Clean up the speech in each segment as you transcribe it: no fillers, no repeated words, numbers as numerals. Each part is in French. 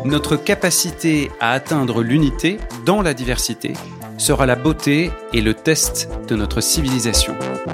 Notre capacité à atteindre l'unité dans la diversité sera la beauté et le test de notre civilisation.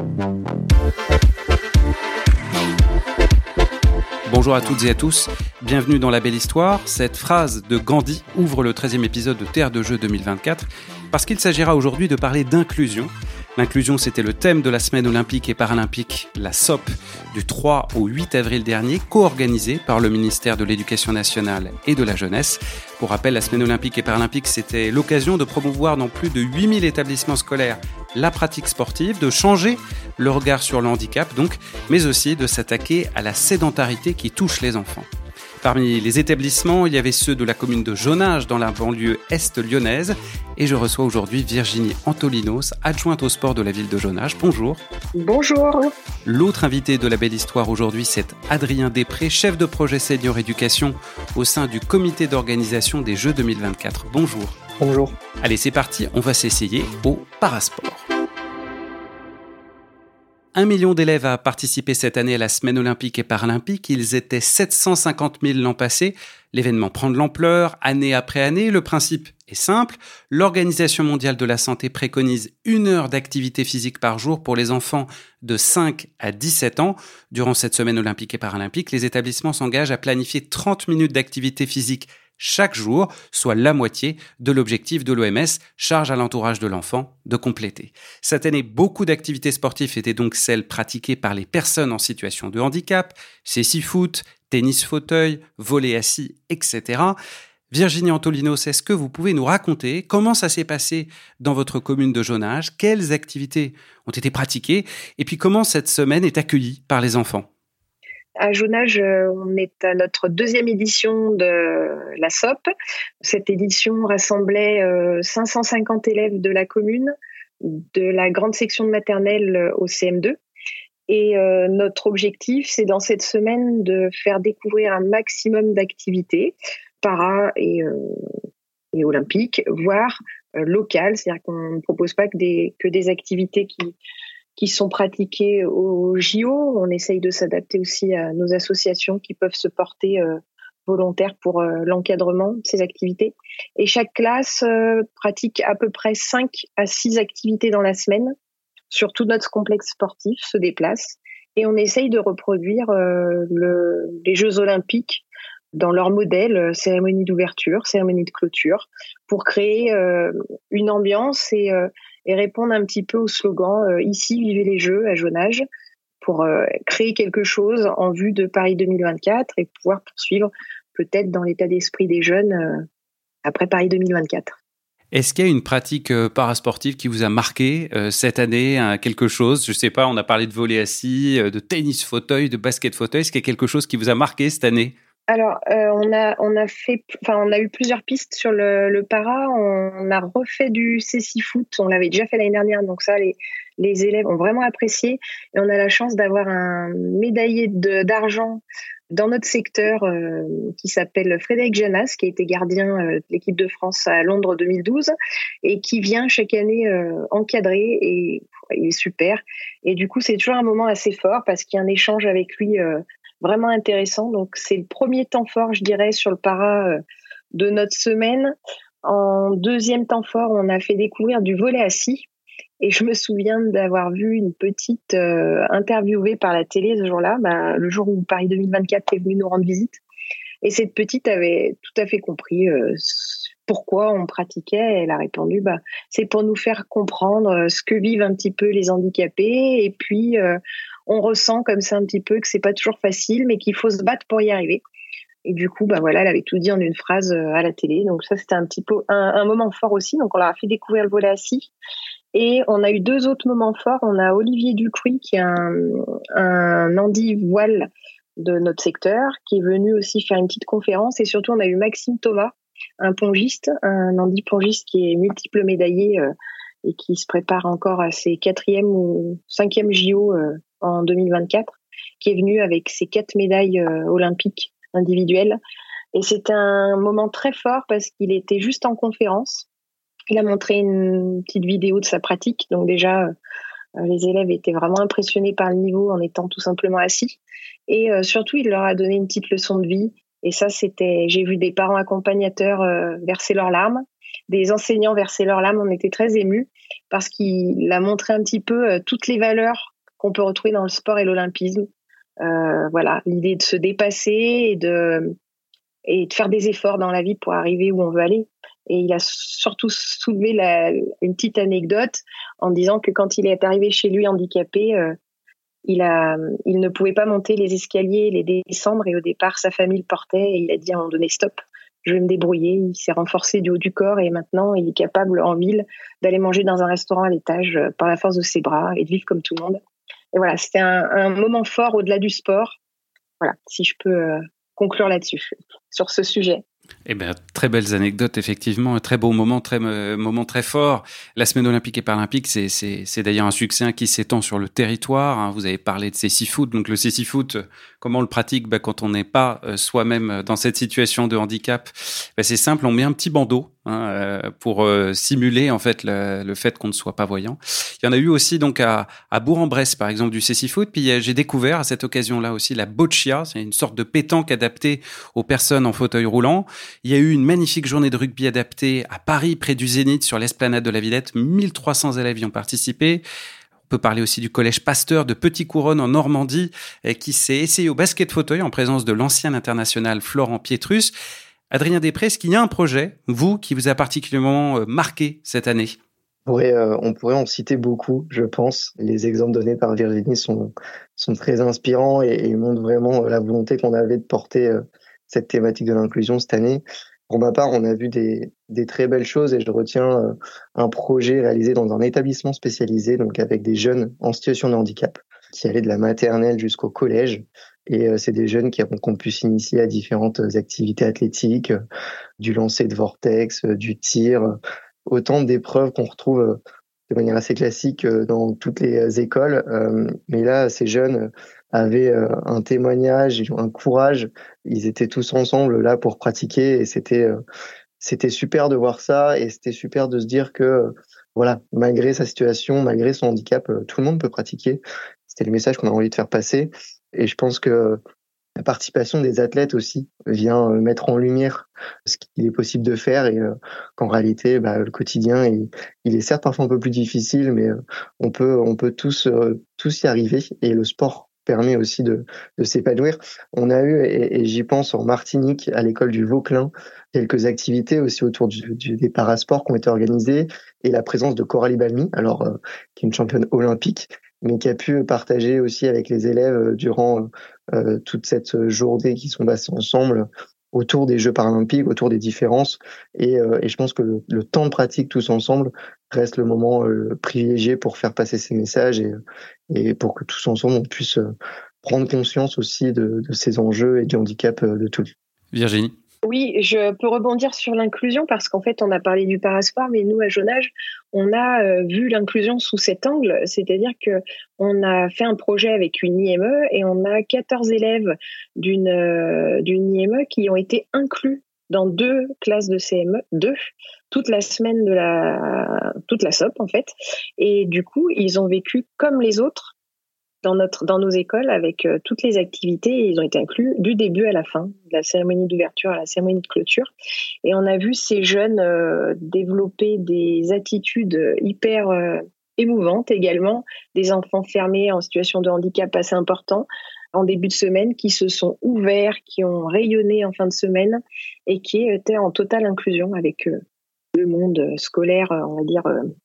Bonjour à toutes et à tous, bienvenue dans La Belle Histoire. Cette phrase de Gandhi ouvre le 13e épisode de Terre de Jeux 2024 parce qu'il s'agira aujourd'hui de parler d'inclusion. L'inclusion, c'était le thème de la semaine olympique et paralympique, la SOP, du 3 au 8 avril dernier, co-organisée par le ministère de l'Éducation nationale et de la jeunesse. Pour rappel, la semaine olympique et paralympique, c'était l'occasion de promouvoir dans plus de 8000 établissements scolaires la pratique sportive, de changer le regard sur le handicap, donc, mais aussi de s'attaquer à la sédentarité qui touche les enfants. Parmi les établissements, il y avait ceux de la commune de Jonnage dans la banlieue est lyonnaise. Et je reçois aujourd'hui Virginie Antolinos, adjointe au sport de la ville de Jonnage. Bonjour. Bonjour. L'autre invité de La Belle Histoire aujourd'hui, c'est Adrien Després, chef de projet senior éducation au sein du comité d'organisation des Jeux 2024. Bonjour. Bonjour. Allez, c'est parti, on va s'essayer au parasport. 1 million d'élèves a participé cette année à la semaine olympique et paralympique. Ils étaient 750 000 l'an passé. L'événement prend de l'ampleur, année après année. Le principe est simple. L'Organisation mondiale de la santé préconise 1 heure d'activité physique par jour pour les enfants de 5 à 17 ans. Durant cette semaine olympique et paralympique, les établissements s'engagent à planifier 30 minutes d'activité physique chaque jour, soit la moitié de l'objectif de l'OMS, charge à l'entourage de l'enfant de compléter. Cette année, beaucoup d'activités sportives étaient donc celles pratiquées par les personnes en situation de handicap, cécifoot, tennis fauteuil, volley assis, etc. Virginie Antolinos, est-ce que vous pouvez nous raconter comment ça s'est passé dans votre commune de Jonnage, quelles activités ont été pratiquées et puis comment cette semaine est accueillie par les enfants ? À Jonnage, on est à notre 2e édition de la SOP. Cette édition rassemblait 550 élèves de la commune, de la grande section de maternelle au CM2. Et notre objectif, c'est dans cette semaine de faire découvrir un maximum d'activités para et olympiques, voire locales. C'est-à-dire qu'on ne propose pas que des activités qui sont pratiquées au JO. On essaye de s'adapter aussi à nos associations qui peuvent se porter volontaires pour l'encadrement de ces activités. Et chaque classe pratique à peu près 5 à 6 activités dans la semaine sur tout notre complexe sportif, se déplace. Et on essaye de reproduire les Jeux olympiques dans leur modèle, cérémonie d'ouverture, cérémonie de clôture, pour créer une ambiance et répondre un petit peu au slogan « Ici, vivez les Jeux » à Jonnage, pour créer quelque chose en vue de Paris 2024 et pouvoir poursuivre peut-être dans l'état d'esprit des jeunes après Paris 2024. Est-ce qu'il y a une pratique parasportive qui vous a marqué cette année, quelque chose ? Je ne sais pas, on a parlé de volley assis, de tennis fauteuil, de basket fauteuil. Est-ce qu'il y a quelque chose qui vous a marqué cette année ? Alors, on a eu plusieurs pistes sur le para. On a refait du cécifoot. On l'avait déjà fait l'année dernière, donc ça, les élèves ont vraiment apprécié. Et on a la chance d'avoir un médaillé d'argent dans notre secteur qui s'appelle Frédéric Janas, qui a été gardien de l'équipe de France à Londres 2012 et qui vient chaque année encadrer et il est super. Et du coup, c'est toujours un moment assez fort parce qu'il y a un échange avec lui vraiment intéressant. Donc, c'est le premier temps fort, je dirais, sur le para de notre semaine. En deuxième temps fort, on a fait découvrir du volley assis. Et je me souviens d'avoir vu une petite interviewée par la télé ce jour-là, le jour où Paris 2024 est venu nous rendre visite. Et cette petite avait tout à fait compris pourquoi on pratiquait. Elle a répondu, c'est pour nous faire comprendre ce que vivent un petit peu les handicapés. Et puis, on ressent comme ça un petit peu que c'est pas toujours facile, mais qu'il faut se battre pour y arriver. Et du coup, elle avait tout dit en une phrase à la télé. Donc ça, c'était un petit peu un moment fort aussi. Donc on leur a fait découvrir le volley assis. Et on a eu 2 autres moments forts. On a Olivier Ducruy, qui est un handi voile de notre secteur, qui est venu aussi faire une petite conférence. Et surtout, on a eu Maxime Thomas, un pongiste, un handi pongiste qui est multiple médaillé et qui se prépare encore à ses 4e ou 5e JO en 2024, qui est venu avec ses 4 médailles olympiques individuelles. Et c'était un moment très fort parce qu'il était juste en conférence. Il a montré une petite vidéo de sa pratique. Donc déjà, les élèves étaient vraiment impressionnés par le niveau en étant tout simplement assis. Et surtout, il leur a donné une petite leçon de vie Et ça, j'ai vu des parents accompagnateurs verser leurs larmes, des enseignants verser leurs larmes. On était très émus parce qu'il a montré un petit peu toutes les valeurs qu'on peut retrouver dans le sport et l'olympisme. Voilà, l'idée de se dépasser et de faire des efforts dans la vie pour arriver où on veut aller. Et il a surtout soulevé une petite anecdote en disant que quand il est arrivé chez lui handicapé, il ne pouvait pas monter les escaliers, les descendre, et au départ, sa famille le portait, et il a dit à un moment donné, stop, je vais me débrouiller. Il s'est renforcé du haut du corps, et maintenant, il est capable en ville d'aller manger dans un restaurant à l'étage par la force de ses bras et de vivre comme tout le monde. Et voilà, c'était un moment fort au-delà du sport. Voilà, si je peux conclure là-dessus, sur ce sujet. Eh bien, très belles anecdotes, effectivement, un très beau moment, moment très fort. La semaine olympique et paralympique, c'est d'ailleurs un succès qui s'étend sur le territoire. Vous avez parlé de cécifoot. Donc, le cécifoot, comment on le pratique quand on n'est pas soi-même dans cette situation de handicap? C'est simple, on met un petit bandeau pour simuler en fait le fait qu'on ne soit pas voyant. Il y en a eu aussi donc à Bourg-en-Bresse, par exemple, du cécifoot. Puis j'ai découvert à cette occasion-là aussi la boccia. C'est une sorte de pétanque adaptée aux personnes en fauteuil roulant. Il y a eu une magnifique journée de rugby adaptée à Paris, près du Zénith, sur l'esplanade de la Villette. 1300 élèves y ont participé. On peut parler aussi du collège Pasteur de Petit-Couronne en Normandie, qui s'est essayé au basket fauteuil en présence de l'ancien international Florent Pietrus. Adrien Després, est-ce qu'il y a un projet, vous, qui vous a particulièrement marqué cette année? On pourrait en citer beaucoup, je pense. Les exemples donnés par Virginie sont très inspirants et montrent vraiment la volonté qu'on avait de porter cette thématique de l'inclusion cette année. Pour ma part, on a vu des très belles choses, et je retiens un projet réalisé dans un établissement spécialisé, donc avec des jeunes en situation de handicap, qui allaient de la maternelle jusqu'au collège. Et c'est des jeunes qui ont pu s'initier à différentes activités athlétiques, du lancer de vortex, du tir, autant d'épreuves qu'on retrouve de manière assez classique dans toutes les écoles. Mais là, ces jeunes avaient un témoignage, un courage. Ils étaient tous ensemble là pour pratiquer, et c'était super de voir ça, et c'était super de se dire que voilà, malgré sa situation, malgré son handicap, tout le monde peut pratiquer. C'était le message qu'on a envie de faire passer. Et je pense que la participation des athlètes aussi vient mettre en lumière ce qu'il est possible de faire, et qu'en réalité, le quotidien, il est certes parfois un peu plus difficile, mais on peut tous y arriver, et le sport permet aussi de s'épanouir. On a eu, et j'y pense, en Martinique, à l'école du Vauclin, quelques activités aussi autour des parasports qui ont été organisées, et la présence de Coralie Balmy, qui est une championne olympique, mais qui a pu partager aussi avec les élèves durant toute cette journée qui sont passés ensemble autour des Jeux paralympiques, autour des différences. Et je pense que le temps de pratique tous ensemble reste le moment privilégié pour faire passer ces messages, et pour que tous ensemble on puisse prendre conscience aussi de ces enjeux et du handicap de tous. Virginie? Oui, je peux rebondir sur l'inclusion, parce qu'en fait, on a parlé du parasport, mais nous, à jeune âge, on a vu l'inclusion sous cet angle, c'est-à-dire que on a fait un projet avec une IME, et on a 14 élèves d'une IME qui ont été inclus dans 2 classes de CME, toute la semaine toute la SOP, en fait. Et du coup, ils ont vécu comme les autres dans nos écoles, avec toutes les activités, et ils ont été inclus du début à la fin, de la cérémonie d'ouverture à la cérémonie de clôture. Et on a vu ces jeunes développer des attitudes hyper émouvantes également, des enfants fermés en situation de handicap assez important en début de semaine, qui se sont ouverts, qui ont rayonné en fin de semaine, et qui étaient en totale inclusion avec le monde scolaire, on va dire.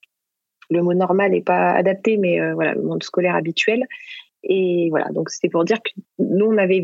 Le mot normal n'est pas adapté, mais voilà, le monde scolaire habituel. Et voilà, donc c'était pour dire que nous, on avait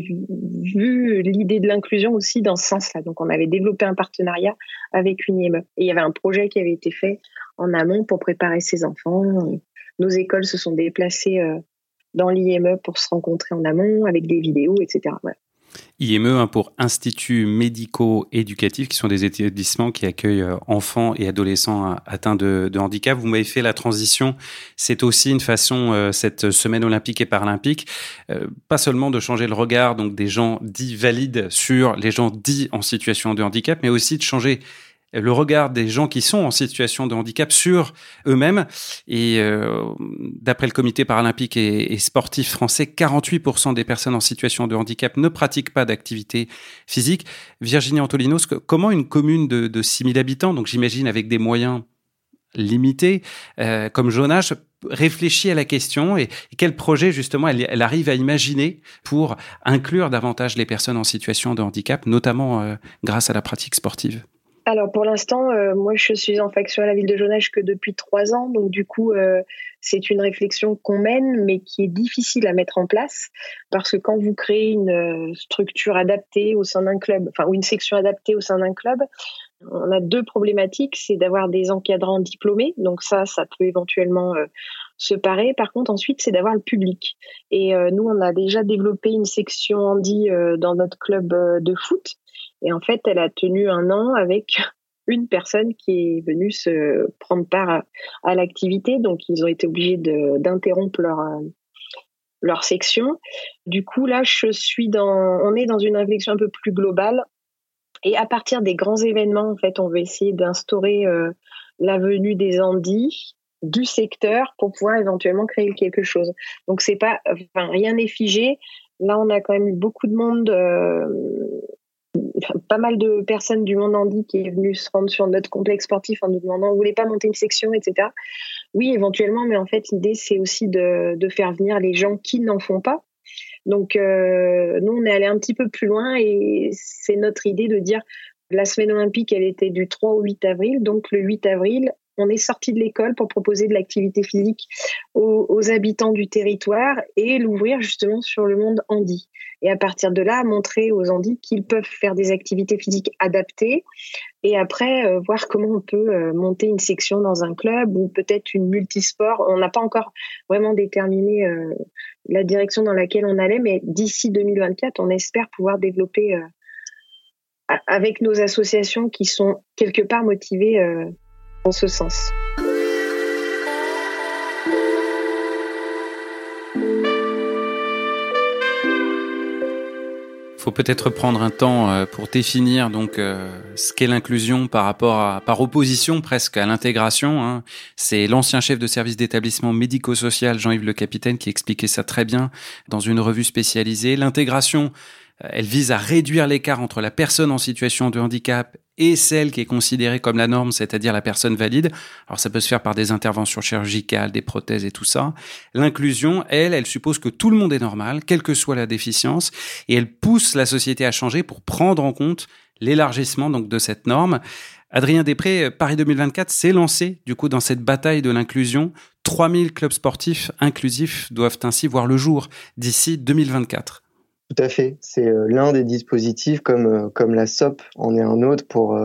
vu l'idée de l'inclusion aussi dans ce sens-là. Donc, on avait développé un partenariat avec une IME. Et il y avait un projet qui avait été fait en amont pour préparer ces enfants. Nos écoles se sont déplacées dans l'IME pour se rencontrer en amont, avec des vidéos, etc. Voilà. IME pour Instituts médico-éducatifs, qui sont des établissements qui accueillent enfants et adolescents atteints de handicap. Vous m'avez fait la transition. C'est aussi une façon, cette semaine olympique et paralympique, pas seulement de changer le regard donc des gens dits valides sur les gens dits en situation de handicap, mais aussi de changer le regard des gens qui sont en situation de handicap sur eux-mêmes. Et d'après le comité paralympique et sportif français, 48% des personnes en situation de handicap ne pratiquent pas d'activité physique. Virginie Antolinos, comment une commune de 6 000 habitants, donc j'imagine avec des moyens limités, comme Jonage, réfléchit à la question et quel projet justement elle arrive à imaginer pour inclure davantage les personnes en situation de handicap, notamment grâce à la pratique sportive? Alors pour l'instant, moi je suis en faction à la ville de Jonage que depuis 3 ans, donc du coup c'est une réflexion qu'on mène mais qui est difficile à mettre en place parce que quand vous créez une structure adaptée au sein d'un club, ou une section adaptée au sein d'un club, on a 2 problématiques, c'est d'avoir des encadrants diplômés, donc ça peut éventuellement se parer. Par contre ensuite c'est d'avoir le public et nous on a déjà développé une section handi dans notre club de foot. Et en fait, elle a tenu 1 an avec une personne qui est venue se prendre part à l'activité. Donc, ils ont été obligés d'interrompre leur section. Du coup, là, on est dans une réflexion un peu plus globale. Et à partir des grands événements, en fait, on va essayer d'instaurer la venue des handis du secteur pour pouvoir éventuellement créer quelque chose. Donc, rien n'est figé. Là, on a quand même eu beaucoup de monde... pas mal de personnes du monde handi qui est venu se rendre sur notre complexe sportif en nous demandant vous voulez pas monter une section, etc. Oui, éventuellement, mais en fait l'idée c'est aussi de faire venir les gens qui n'en font pas. Donc nous on est allé un petit peu plus loin et c'est notre idée de dire la semaine olympique elle était du 3 au 8 avril, donc le 8 avril on est sorti de l'école pour proposer de l'activité physique aux habitants du territoire et l'ouvrir justement sur le monde handi. Et à partir de là, montrer aux handis qu'ils peuvent faire des activités physiques adaptées et après voir comment on peut monter une section dans un club ou peut-être une multisport. On n'a pas encore vraiment déterminé la direction dans laquelle on allait, mais d'ici 2024, on espère pouvoir développer avec nos associations qui sont quelque part motivées dans ce sens. Il faut peut-être prendre un temps pour définir donc ce qu'est l'inclusion par opposition presque à l'intégration. Hein. C'est l'ancien chef de service d'établissement médico-social Jean-Yves Le Capitaine qui expliquait ça très bien dans une revue spécialisée. L'intégration, elle vise à réduire l'écart entre la personne en situation de handicap et celle qui est considérée comme la norme, c'est-à-dire la personne valide. Alors ça peut se faire par des interventions chirurgicales, des prothèses et tout ça. L'inclusion, elle suppose que tout le monde est normal, quelle que soit la déficience, et elle pousse la société à changer pour prendre en compte l'élargissement donc de cette norme. Adrien Després, Paris 2024 s'est lancé du coup dans cette bataille de l'inclusion. 3000 clubs sportifs inclusifs doivent ainsi voir le jour d'ici 2024. Tout à fait. C'est l'un des dispositifs comme la SOP en est un autre pour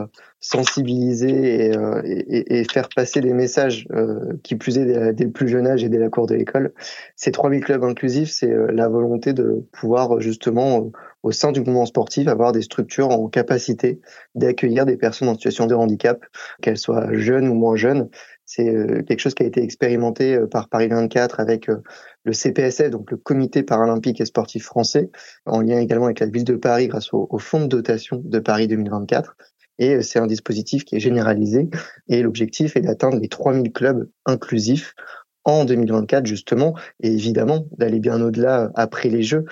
sensibiliser et faire passer des messages qui plus est dès le plus jeune âge et dès la cour de l'école. Ces 3000 clubs inclusifs, c'est la volonté de pouvoir justement au sein du mouvement sportif avoir des structures en capacité d'accueillir des personnes en situation de handicap, qu'elles soient jeunes ou moins jeunes. C'est quelque chose qui a été expérimenté par Paris 24 avec le CPSF, donc le Comité paralympique et sportif français, en lien également avec la ville de Paris grâce au fonds de dotation de Paris 2024. Et c'est un dispositif qui est généralisé et l'objectif est d'atteindre les 3000 clubs inclusifs en 2024 justement, et évidemment d'aller bien au-delà après les Jeux.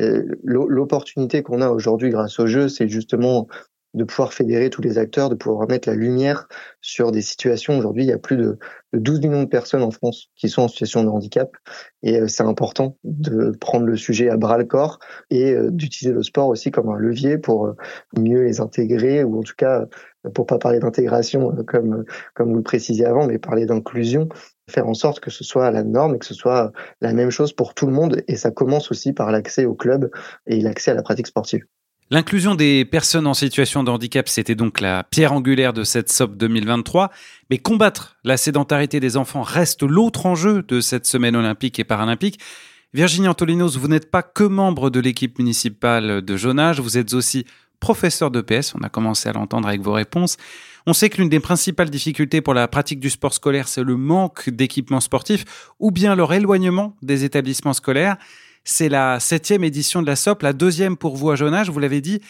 L'opportunité qu'on a aujourd'hui grâce aux Jeux, c'est justement de pouvoir fédérer tous les acteurs, de pouvoir mettre la lumière sur des situations. Aujourd'hui, il y a plus de 12 millions de personnes en France qui sont en situation de handicap et c'est important de prendre le sujet à bras-le-corps et d'utiliser le sport aussi comme un levier pour mieux les intégrer ou en tout cas, pour pas parler d'intégration comme vous le précisiez avant, mais parler d'inclusion, faire en sorte que ce soit la norme et que ce soit la même chose pour tout le monde et ça commence aussi par l'accès au club et l'accès à la pratique sportive. L'inclusion des personnes en situation de handicap, c'était donc la pierre angulaire de cette SOP 2023. Mais combattre la sédentarité des enfants reste l'autre enjeu de cette semaine olympique et paralympique. Virginie Antolinos, vous n'êtes pas que membre de l'équipe municipale de Jonage, vous êtes aussi professeur d'EPS, on a commencé à l'entendre avec vos réponses. On sait que l'une des principales difficultés pour la pratique du sport scolaire, c'est le manque d'équipements sportifs ou bien leur éloignement des établissements scolaires. C'est la 7e édition de la SOP, la 2e pour vous à Jonage, vous l'avez dit.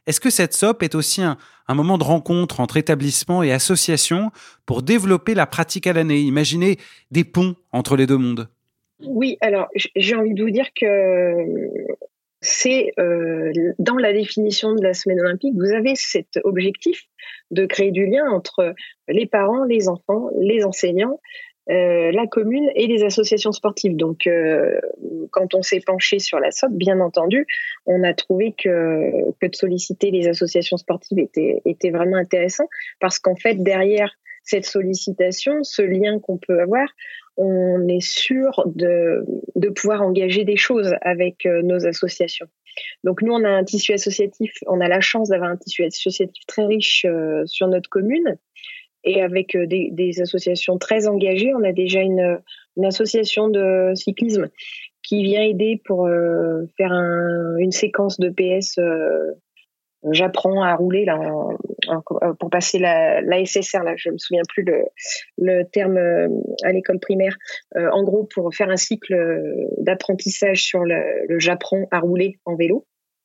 Est-ce que cette SOP est aussi un moment de rencontre entre établissements et associations pour développer la pratique à l'année? Imaginez des ponts entre les deux mondes. Oui, alors j'ai envie de vous dire que c'est dans la définition de la semaine olympique, vous avez cet objectif de créer du lien entre les parents, les enfants, les enseignants, la commune et les associations sportives. Donc, quand on s'est penché sur la SOP, bien entendu, on a trouvé que de solliciter les associations sportives était vraiment intéressant parce qu'en fait, derrière cette sollicitation, ce lien qu'on peut avoir, on est sûr de pouvoir engager des choses avec nos associations. Donc nous, on a un tissu associatif, on a la chance d'avoir un tissu associatif très riche sur notre commune et avec des associations très engagées. On a déjà une association de cyclisme qui vient aider pour faire une séquence de PS. J'apprends à rouler là pour passer la SSR là, je me souviens plus le terme à l'école primaire. En gros, pour faire un cycle d'apprentissage sur le j'apprends à rouler en vélo.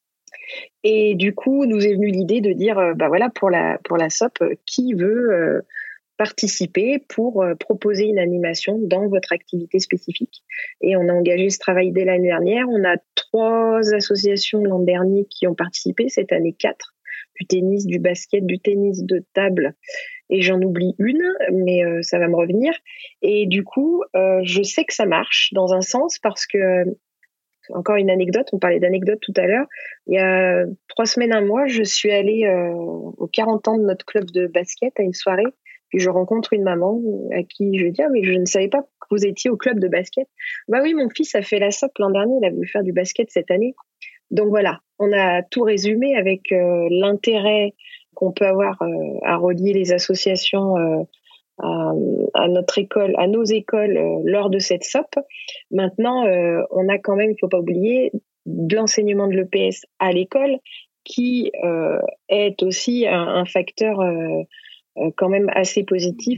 Et du coup, nous est venue l'idée de dire bah voilà pour la SOP, qui veut participer pour proposer une animation dans votre activité spécifique. Et on a engagé ce travail dès l'année dernière. On a 3 associations l'an dernier qui ont participé, cette année 4, du tennis, du basket, du tennis de table, et j'en oublie une, mais ça va me revenir. Et du coup, je sais que ça marche dans un sens parce que, encore une anecdote, on parlait d'anecdote tout à l'heure, il y a 3 semaines, un mois, je suis allée aux 40 ans de notre club de basket à une soirée. Puis je rencontre une maman à qui je dis « Ah, mais je ne savais pas que vous étiez au club de basket. » « Bah oui, mon fils a fait la SOP l'an dernier, il a voulu faire du basket cette année. » Donc voilà, on a tout résumé avec l'intérêt qu'on peut avoir à relier les associations à notre école, à nos écoles lors de cette SOP. Maintenant, on a quand même, il ne faut pas oublier, de l'enseignement de l'EPS à l'école qui est aussi un facteur quand même assez positif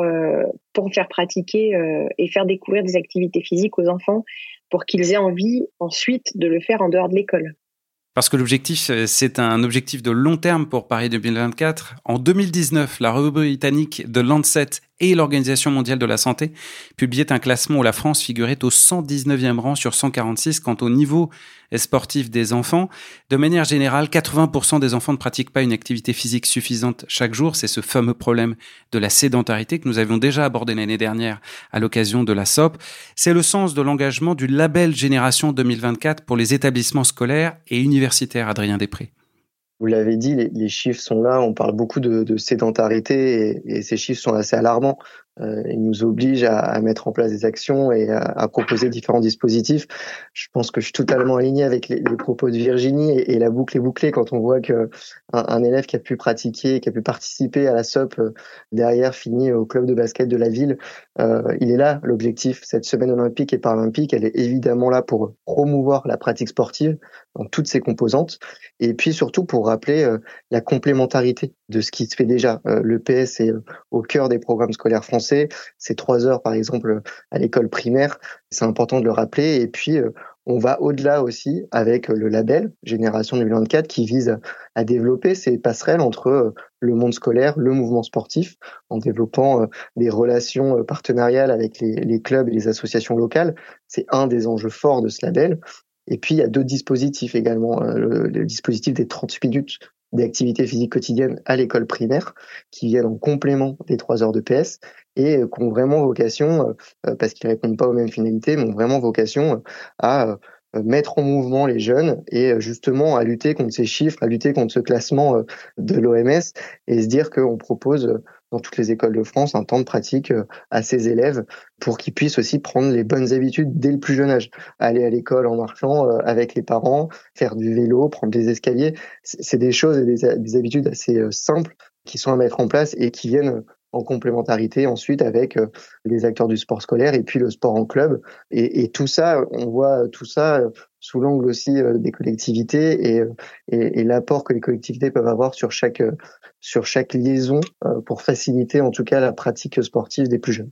pour faire pratiquer et faire découvrir des activités physiques aux enfants pour qu'ils aient envie ensuite de le faire en dehors de l'école. Parce que l'objectif, c'est un objectif de long terme pour Paris 2024. En 2019, la revue britannique de Lancet et l'Organisation mondiale de la santé publiaient un classement où la France figurait au 119e rang sur 146 quant au niveau sportif des enfants. De manière générale, 80% des enfants ne pratiquent pas une activité physique suffisante chaque jour. C'est ce fameux problème de la sédentarité que nous avions déjà abordé l'année dernière à l'occasion de la SOP. C'est le sens de l'engagement du label Génération 2024 pour les établissements scolaires et universitaires, Adrien Després. Vous l'avez dit, les chiffres sont là. On parle beaucoup de sédentarité et ces chiffres sont assez alarmants. Ils nous obligent à mettre en place des actions et à proposer différents dispositifs. Je pense que je suis totalement aligné avec les propos de Virginie et la boucle est bouclée quand on voit que un élève qui a pu pratiquer, qui a pu participer à la SOP derrière finit au club de basket de la ville. Il est là l'objectif. Cette semaine olympique et paralympique, elle est évidemment là pour promouvoir la pratique sportive dans toutes ses composantes et puis surtout pour rappeler la complémentarité de ce qui se fait déjà. L'EPS est au cœur des programmes scolaires français. C'est 3 heures, par exemple, à l'école primaire. C'est important de le rappeler. Et puis, on va au-delà aussi avec le label Génération 2024 qui vise à développer ces passerelles entre le monde scolaire, le mouvement sportif, en développant des relations partenariales avec les clubs et les associations locales. C'est un des enjeux forts de ce label. Et puis, il y a d'autres dispositifs également. Le dispositif des 30 minutes d'activité physique quotidienne à l'école primaire qui viennent en complément des 3 heures de PS et qui ont vraiment vocation, parce qu'ils répondent pas aux mêmes finalités, mais ont vraiment vocation à mettre en mouvement les jeunes et justement à lutter contre ces chiffres, à lutter contre ce classement de l'OMS et se dire qu'on propose dans toutes les écoles de France un temps de pratique à ces élèves pour qu'ils puissent aussi prendre les bonnes habitudes dès le plus jeune âge. Aller à l'école en marchant avec les parents, faire du vélo, prendre des escaliers, c'est des choses et des habitudes assez simples qui sont à mettre en place et qui viennent en complémentarité ensuite avec les acteurs du sport scolaire et puis le sport en club. Et tout ça, on voit tout ça sous l'angle aussi des collectivités et l'apport que les collectivités peuvent avoir sur chaque liaison pour faciliter en tout cas la pratique sportive des plus jeunes.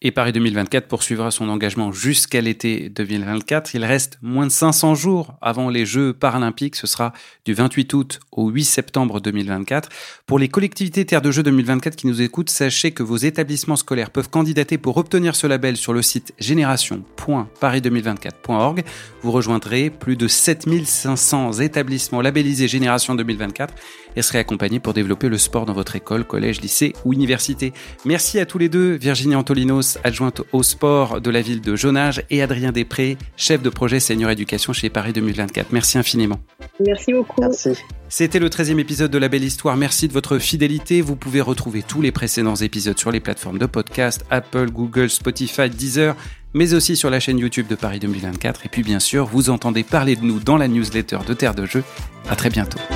Et Paris 2024 poursuivra son engagement jusqu'à l'été 2024. Il reste moins de 500 jours avant les Jeux paralympiques. Ce sera du 28 août au 8 septembre 2024. Pour les collectivités Terre de Jeux 2024 qui nous écoutent, sachez que vos établissements scolaires peuvent candidater pour obtenir ce label sur le site génération.paris2024.org. Vous rejoindrez plus de 7500 établissements labellisés Génération 2024 et serez accompagnés pour développer le sport dans votre école, collège, lycée ou université. Merci à tous les deux, Virginie Antolinos, adjointe au sport de la ville de Jonnage, et Adrien Després, chef de projet Senior Éducation chez Paris 2024. Merci infiniment. Merci beaucoup. Merci. C'était le 13e épisode de La Belle Histoire. Merci de votre fidélité. Vous pouvez retrouver tous les précédents épisodes sur les plateformes de podcast, Apple, Google, Spotify, Deezer, mais aussi sur la chaîne YouTube de Paris 2024. Et puis bien sûr, vous entendez parler de nous dans la newsletter de Terre de Jeux. À très bientôt.